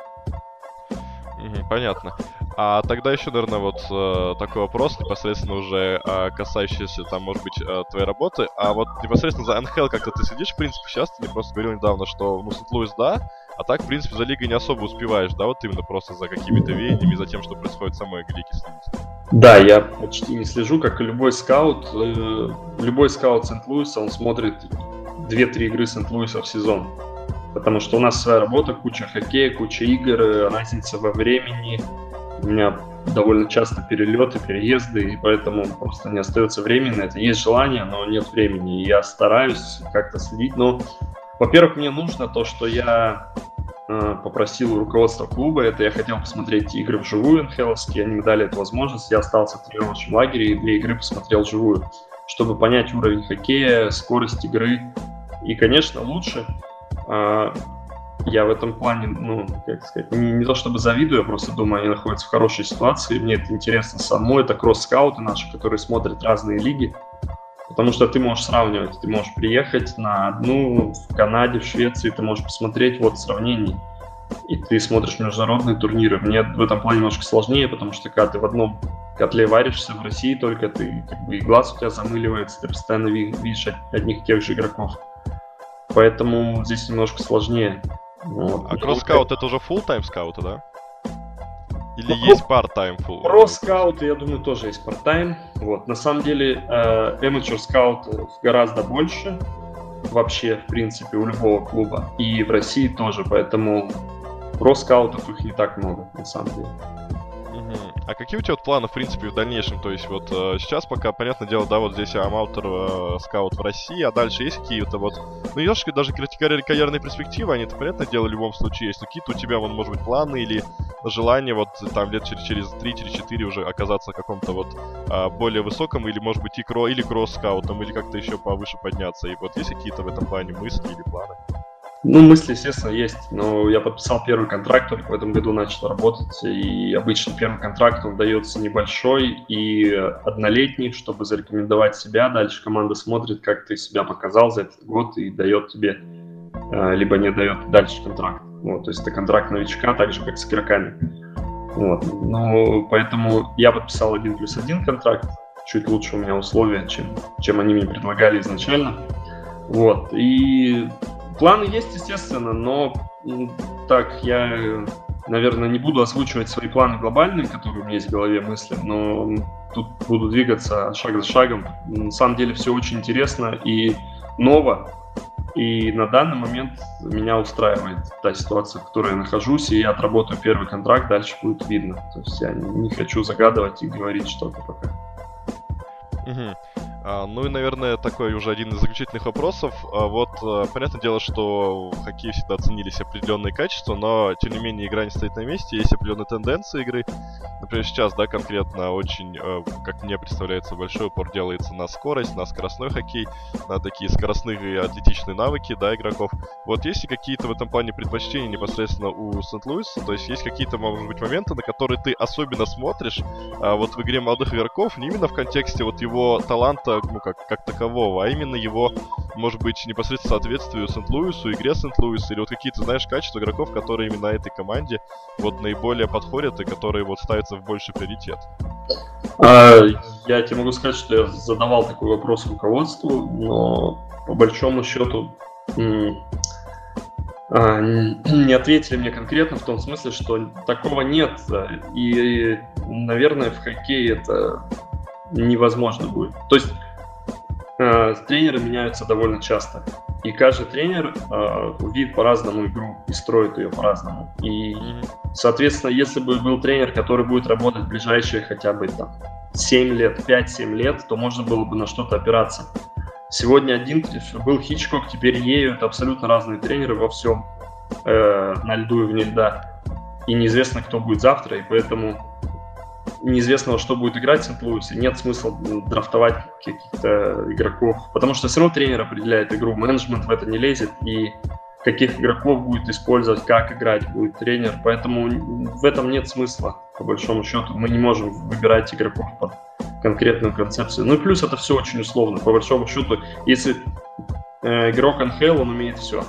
Понятно. А тогда еще, наверное, вот э, такой вопрос, непосредственно уже э, касающийся, там, может быть, э, твоей работы. А вот непосредственно за эн ха эл как-то ты следишь, в принципе, сейчас ты мне просто говорил недавно, что, ну, Сент-Луис, да, а так, в принципе, за лигой не особо успеваешь, да, вот именно просто за какими-то веяниями, за тем, что происходит в самой лиге следить. Да, я почти не слежу, как и любой скаут. Э, любой скаут Сент-Луиса, он смотрит две-три игры Сент-Луиса в сезон. Потому что у нас своя работа, куча хоккея, куча игр, разница во времени. У меня довольно часто перелеты, переезды, и поэтому просто не остается времени на это. Есть желание, но нет времени. И я стараюсь как-то следить. Но, во-первых, мне нужно то, что я э, попросил у руководства клуба. Это я хотел посмотреть игры вживую эн ха эловские. Они мне дали эту возможность. Я остался в тренировочном лагере и для игры посмотрел вживую, чтобы понять уровень хоккея, скорость игры. И, конечно, лучше. Э, Я в этом плане, ну, как сказать, не, не то чтобы завидую, я просто думаю, они находятся в хорошей ситуации, мне это интересно само, это кросс-скауты наши, которые смотрят разные лиги, потому что ты можешь сравнивать, ты можешь приехать на одну в Канаде, в Швеции, ты можешь посмотреть вот сравнение, и ты смотришь международные турниры. Мне в этом плане немножко сложнее, потому что когда ты в одном котле варишься, в России только ты, как бы, и глаз у тебя замыливается, ты постоянно ви- видишь од- одних и тех же игроков. Поэтому здесь немножко сложнее. Вот. А кросс-скаут это уже full-time скауты, да? Или Ну, есть part-time full? Про скауты, я думаю, тоже есть part-time. Вот. На самом деле, э, amateur скаутов гораздо больше вообще, в принципе, у любого клуба. И в России тоже, поэтому про скаутов их не так много, на самом деле. Мгм. А какие у тебя вот планы, в принципе, в дальнейшем? То есть вот э, сейчас пока, понятное дело, да, вот здесь амаутер э, скаут в России, а дальше есть какие-то вот, ну, ешь, даже карьер- карьерные перспективы, они, это, понятное дело, в любом случае есть. Но какие-то у тебя, вон, может быть, планы или желание вот там лет через, через три, через четыре уже оказаться на каком-то вот а, более высоком, или, может быть, и кро, или кросс-скаутом, или как-то еще повыше подняться. И вот есть какие-то в этом плане мысли или планы? Ну, мысли, естественно, есть, но я подписал первый контракт, только в этом году начал работать, и обычно первый контракт, он дается небольшой и однолетний, чтобы зарекомендовать себя. Дальше команда смотрит, как ты себя показал за этот год и дает тебе, э, либо не дает дальше контракт. Вот, то есть это контракт новичка, так же, как с игроками. Вот. Ну, поэтому я подписал один плюс один контракт, чуть лучше у меня условия, чем, чем они мне предлагали изначально. Вот, и планы есть, естественно, но м, так, я, наверное, не буду озвучивать свои планы глобальные, которые у меня есть в голове, мысли, но тут буду двигаться шаг за шагом. На самом деле все очень интересно и ново, и на данный момент меня устраивает та ситуация, в которой я нахожусь, и я отработаю первый контракт, дальше будет видно. То есть я не хочу загадывать и говорить что-то пока. Мгм. А, ну и, наверное, такой уже один из заключительных вопросов. А, вот, а, понятное дело, что в хоккее всегда ценились определенные качества, но, тем не менее, игра не стоит на месте, есть определенные тенденции игры. Например, сейчас, да, конкретно очень, э, как мне представляется, большой упор делается на скорость, на скоростной хоккей, на такие скоростные и атлетичные навыки, да, игроков. Вот есть ли какие-то в этом плане предпочтения непосредственно у Сент-Луиса? То есть есть какие-то, может быть, моменты, на которые ты особенно смотришь, а, вот в игре молодых игроков, не именно в контексте вот его таланта, ну, как, как такового, а именно его, может быть, непосредственно соответствию Сент-Луису, игре Сент-Луиса, или вот какие-то, знаешь, качества игроков, которые именно этой команде вот наиболее подходят и которые вот ставятся в больший приоритет? А, я тебе могу сказать, что я задавал такой вопрос руководству, но по большому счету м, а, н- не ответили мне конкретно в том смысле, что такого нет. а, И, наверное, в хоккее это невозможно будет. То есть э, тренеры меняются довольно часто. И каждый тренер э, видит по-разному игру и строит ее по-разному. И, Мгм. соответственно, если бы был тренер, который будет работать в ближайшие хотя бы там семь лет, пять-семь лет, то можно было бы на что-то опираться. Сегодня один тр- был Хичкок, теперь Ею. Это абсолютно разные тренеры во всем, э, на льду и вне льда. И неизвестно, кто будет завтра, и поэтому неизвестного, что будет играть в Сент-Луисе, нет смысла драфтовать каких-то игроков, потому что все равно тренер определяет игру, менеджмент в это не лезет, и каких игроков будет использовать, как играть будет тренер, поэтому в этом нет смысла, по большому счету. Мы не можем выбирать игроков под конкретную концепцию. Ну и плюс это все очень условно, по большому счету. Если э, игрок эн эйч эл, он умеет все.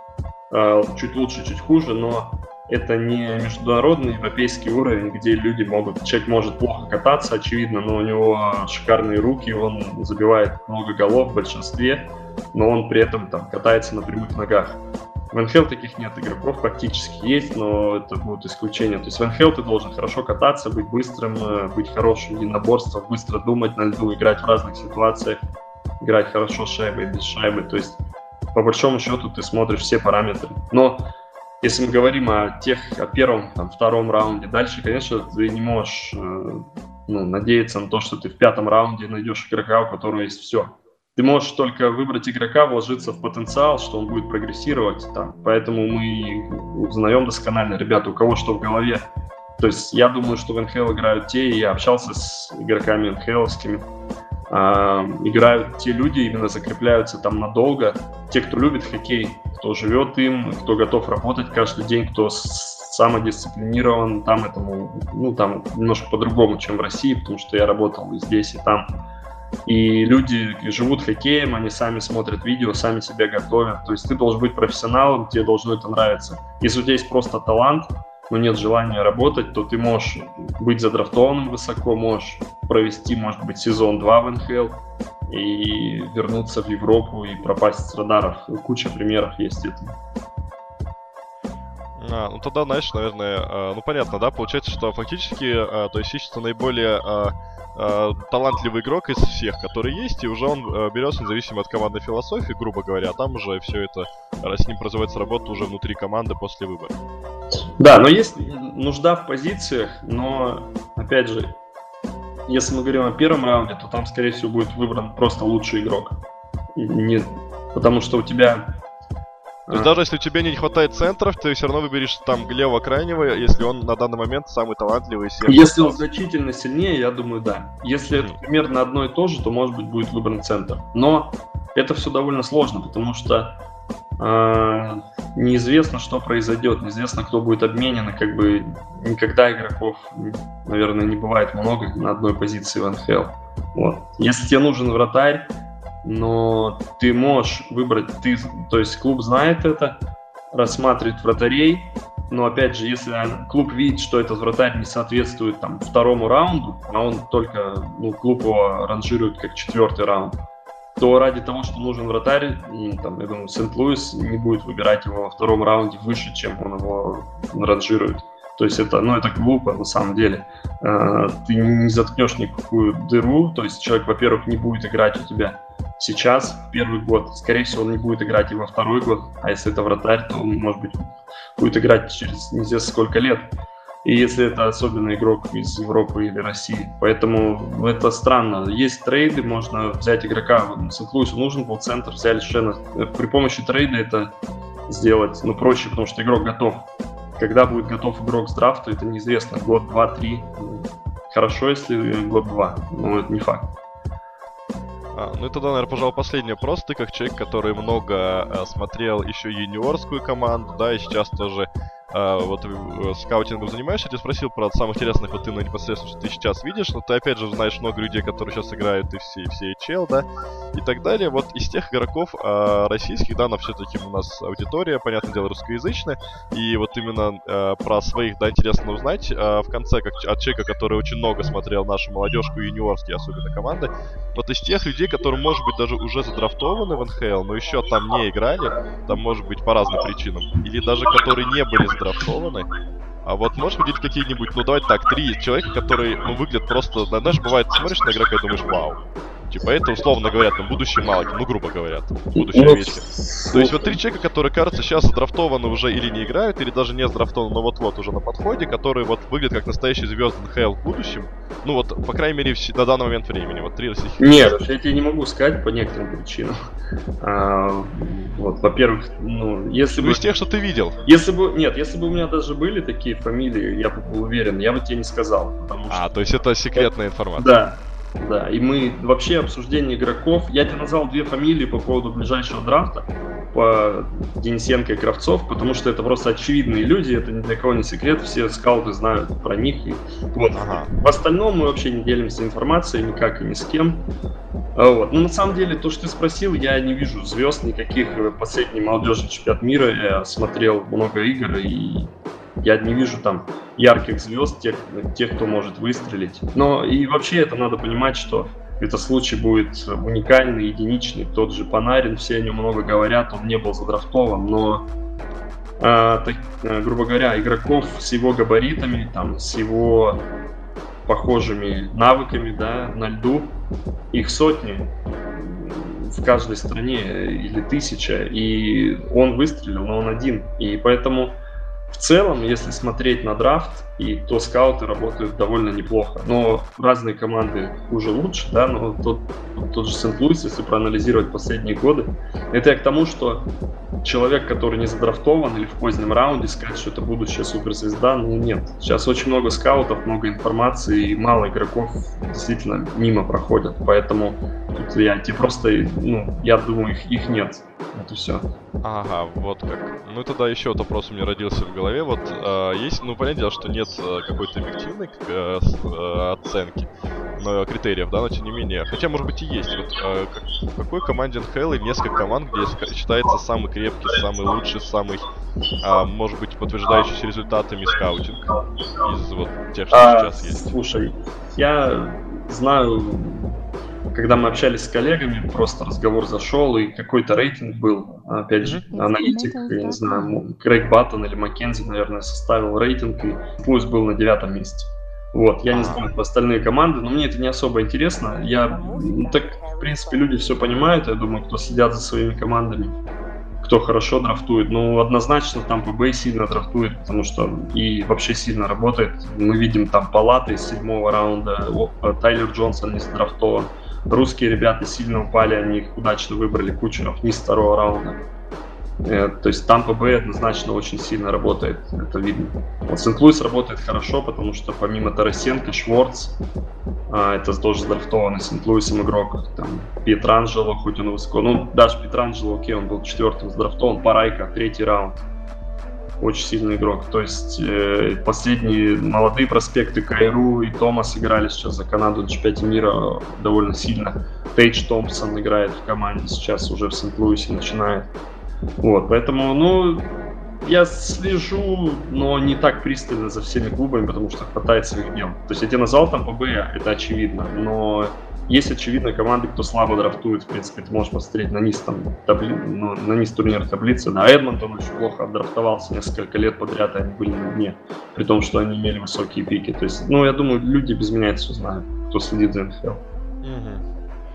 Э, чуть лучше, чуть хуже, но это не международный европейский уровень, где люди могут, человек может плохо кататься, очевидно, но у него шикарные руки, он забивает много голов в большинстве, но он при этом там катается на прямых ногах. В эн эйч эл таких нет игроков, практически есть, но это будут исключения. То есть в эн эйч эл ты должен хорошо кататься, быть быстрым, э, быть хорошим в единоборствах, быстро думать на льду, играть в разных ситуациях, играть хорошо с шайбой, без шайбы. То есть по большому счету ты смотришь все параметры. Но если мы говорим о тех, о первом, там, втором раунде, дальше, конечно, ты не можешь э, ну, надеяться на то, что ты в пятом раунде найдешь игрока, у которого есть все. Ты можешь только выбрать игрока, вложиться в потенциал, что он будет прогрессировать. Там. Поэтому мы узнаем досконально, ребята, у кого что в голове. То есть я думаю, что в эн эйч эл играют те, и я общался с игроками эн эйч эловскими, э, играют те люди, именно закрепляются там надолго. Те, кто любит хоккей, кто живет им, кто готов работать каждый день, кто самодисциплинирован, там этому, ну, там немножко по-другому, чем в России, потому что я работал и здесь, и там. И люди живут хоккеем, они сами смотрят видео, сами себя готовят. То есть ты должен быть профессионалом, тебе должно это нравиться. Если у тебя есть просто талант, но нет желания работать, то ты можешь быть задрафтованным высоко, можешь провести, может быть, сезон два в эн ха эл и вернуться в Европу и пропасть с радаров. Куча примеров есть этому. А, ну тогда, знаешь, наверное, э, ну понятно, да, получается, что фактически, э, то есть ищется наиболее э, э, талантливый игрок из всех, которые есть, и уже он э, берется независимо от командной философии, грубо говоря, а там уже все это, э, с ним производится работа уже внутри команды после выбора. Да, но есть нужда в позициях, но, опять же, если мы говорим о первом раунде, то там, скорее всего, будет выбран просто лучший игрок. Не, потому что у тебя... То есть даже если тебе не хватает центров, ты все равно выберешь там левого крайнего, если он на данный момент самый талантливый из всех. Если он значительно сильнее, я думаю, да. Если mm-hmm. это примерно одно и то же, то, может быть, будет выбран центр. Но это все довольно сложно, потому что э, неизвестно, что произойдет, неизвестно, кто будет обменен, и как бы никогда игроков, наверное, не бывает много на одной позиции в эн ха эл. Вот. Если тебе нужен вратарь, но ты можешь выбрать, ты, то есть клуб знает это, рассматривает вратарей, но опять же, если клуб видит, что этот вратарь не соответствует там второму раунду, а он только, ну, клуб его ранжирует как четвертый раунд, то ради того, что нужен вратарь, там, я думаю, Сент-Луис не будет выбирать его во втором раунде выше, чем он его ранжирует. То есть это, ну, это глупо на самом деле. Ты не заткнешь никакую дыру, то есть человек, во-первых, не будет играть у тебя сейчас, в первый год. Скорее всего, он не будет играть и во второй год, а если это вратарь, то он, может быть, будет играть через неизвестно сколько лет. И если это особенно игрок из Европы или России. Поэтому это странно. Есть трейды, можно взять игрока. Сент-Луису нужен был центр, взяли совершенно... При помощи трейда это сделать, ну, проще, потому что игрок готов. Когда будет готов игрок с драфта, это неизвестно. Год, два, три. Хорошо, если год-два, но это не факт. А, ну и тогда, наверное, пожалуй, последний вопрос. Ты как человек, который много а, смотрел еще юниорскую команду, да, и сейчас тоже а, вот скаутингом занимаешься, я тебя спросил про самых интересных, вот именно непосредственно, что ты сейчас видишь, но ты опять же знаешь много людей, которые сейчас играют и все, и все эйч эл, да, и так далее. Вот из тех игроков а, российских, да, но все-таки у нас аудитория, понятное дело, русскоязычная, и вот именно а, про своих, да, интересно узнать а, в конце, как от человека, который очень много смотрел нашу молодежку и юниорские, особенно команды, вот из тех людей, которые, может быть, даже уже задрафтованы в эн ха эл, но еще там не играли, там, может быть, по разным причинам, или даже которые не были задрафтованы. А вот можешь выделить какие-нибудь, ну давайте так, три человека, которые, ну, выглядят просто, знаешь, бывает, смотришь на игрока и думаешь, вау. Типа это, условно говоря, там, будущий Малкин, ну, грубо говоря, там, будущий Овечкин. То есть вот три человека, которые, кажется, сейчас задрафтованы уже или не играют, или даже не задрафтованы, но вот-вот уже на подходе, которые вот выглядят как настоящие звезды эн ха эл в будущем. Ну вот, по крайней мере, на данный момент времени. Вот три российских. Нет, я тебе не могу сказать по некоторым причинам. А, вот, во-первых, ну, если ну, бы... из тех, что ты видел. Если бы... Нет, если бы у меня даже были такие фамилии, я бы был уверен, я бы тебе не сказал. Потому что... А, то есть это секретная информация. Да. Да, и мы вообще обсуждение игроков. Я тебе назвал две фамилии по поводу ближайшего драфта, по Денисенко и Кравцов, потому что это просто очевидные люди, это ни для кого не секрет, все скауты знают про них. И вот. Ага. В остальном мы вообще не делимся информацией никак и ни с кем. Вот. Но на самом деле, то, что ты спросил, я не вижу звезд никаких. Последний молодежный чемпионат мира, я смотрел много игр, и я не вижу там ярких звезд, тех, тех, кто может выстрелить. Но и вообще это надо понимать, что этот случай будет уникальный, единичный. Тот же Панарин, все о нем много говорят, он не был задрафтован, но, а, так, грубо говоря, игроков с его габаритами, там, с его похожими навыками, да, на льду, их сотни в каждой стране или тысяча, и он выстрелил, но он один. И поэтому в целом, если смотреть на драфт, и то скауты работают довольно неплохо. Но разные команды хуже лучше, да, но тот, тот же Сент-Луис, если проанализировать последние годы, это я к тому, что человек, который не задрафтован или в позднем раунде, сказать, что это будущая суперзвезда, ну нет. Сейчас очень много скаутов, много информации, и мало игроков действительно мимо проходят. Поэтому тут я тебе просто, ну, я думаю, их, их нет. Вот и все. Ага, вот как. Ну и тогда еще вот вопрос у меня родился в голове. Вот э, есть, ну, понятное дело, что нет э, какой-то объективной э, э, оценки, но, критериев, да, но тем не менее. Хотя, может быть, и есть. Вот э, как, в какой команде эн ха эл и несколько команд, где считается самый крепкий, самый лучший, самый а, может быть, подтверждающийся результатами скаутинг из вот тех, что А, сейчас есть? слушай, я знаю, когда мы общались с коллегами, просто разговор зашел, и какой-то рейтинг был, опять же, Мгм. аналитик, я не знаю, Грег Баттон или Маккензи, наверное, составил рейтинг, и Луис был на девятом месте. Вот, я не А. знаю про остальные команды, но мне это не особо интересно. Я, ну, так, в принципе, люди все понимают, я думаю, кто следят за своими командами, кто хорошо драфтует. Ну, однозначно Тампа Бэй сильно драфтует, потому что и вообще сильно работает. Мы видим там палаты из седьмого раунда, О, Тайлер Джонсон не задрафтован. Русские ребята сильно упали, они их удачно выбрали, Кучеров вниз второго раунда. Э, то есть Тампа Бэй однозначно очень сильно работает, это видно. Вот Сент-Луис работает хорошо, потому что помимо Тарасенко, Шварц, а, это тоже задрафтованный Сент-Луисом игрок, там, Пьетранджело, хоть он высоко, ну, даже Пьетранджело, окей, он был четвертым задрафтован, Парайка, третий раунд. Очень сильный игрок. То есть э, последние молодые проспекты Кайру и Томас играли сейчас за Канаду на чемпионате мира довольно сильно. Тейдж Томпсон играет в команде сейчас, уже в Сент-Луисе начинает. Вот, поэтому, ну, я слежу, но не так пристально за всеми клубами, потому что хватает своих дел. То есть я тебе назвал там ПБ, это очевидно, но есть очевидно команды, кто слабо драфтует, в принципе, ты можешь посмотреть на низ, там, табли... ну, на низ турнира таблицы. Да, Эдмонтон очень плохо отдрафтовался несколько лет подряд, и они были на дне, при том, что они имели высокие пики. То есть, ну, я думаю, люди без меня это все знают, кто следит за эн эф эл. Угу.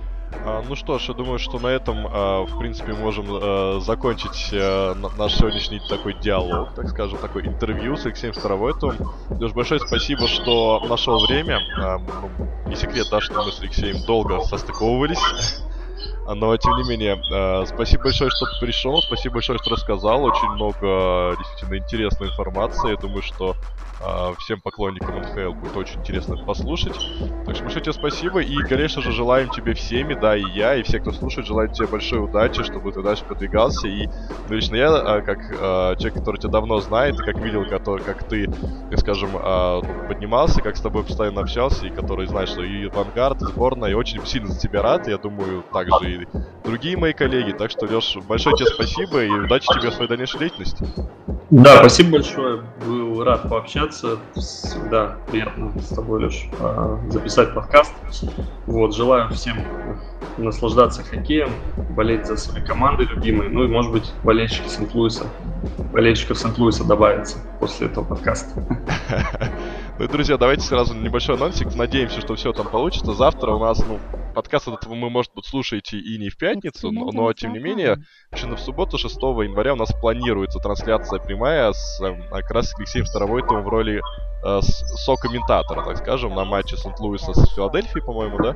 А, ну что ж, я думаю, что на этом, а, в принципе, можем а, закончить а, наш сегодняшний такой диалог, так скажем, такой интервью с Алексеем Старовойтовым. Леш, большое спасибо, что нашел время. А, ну, не секрет, да, что мы с Алексеем долго состыковывались. Но, тем не менее, э, спасибо большое, что ты пришел, спасибо большое, что рассказал. Очень много действительно интересной информации. Я думаю, что э, всем поклонникам эн эф эл будет очень интересно это послушать. Так что большое тебе спасибо. И, конечно же, желаем тебе всеми, да, и я, и все, кто слушает, желаю тебе большой удачи, чтобы ты дальше продвигался. И ну, лично я, э, как э, человек, который тебя давно знает, и как видел, который, как ты, так скажем, э, поднимался, как с тобой постоянно общался, и который знает, что и Авангард, и сборная, и очень сильно за тебя рад. Я думаю, также и другие мои коллеги. Так что, Леш, большое тебе спасибо и удачи тебе в своей дальнейшей деятельности. Да, спасибо большое. Был рад пообщаться. Всегда приятно с тобой, Леш, записать подкаст. Вот, желаю всем наслаждаться хоккеем, болеть за свои команды любимые. Ну и, может быть, болельщики Сент-Луиса. Болельщиков Сент-Луиса добавится после этого подкаста. Ну и, друзья, давайте сразу небольшой анонсик. Надеемся, что все там получится. Завтра у нас, ну, подкаст этот вы, может быть, слушаете и не в пятницу, но, но тем не менее, в субботу, шестого января, у нас планируется трансляция прямая с как раз Алексеем Старовойтовым в роли э, сокомментатора, так скажем, на матче Сент-Луиса с Филадельфией, по-моему, да?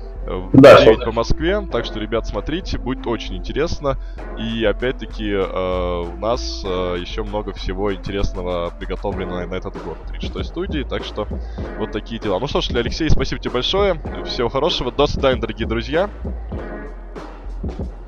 В да, девять по Москве, так что, ребят, смотрите, будет очень интересно. И опять-таки э, у нас э, еще много всего интересного приготовлено на этот год в тридцать шестой студии, так что вот такие дела. Ну что ж, Алексей, спасибо тебе большое, всего хорошего, до свидания, дорогие друзья.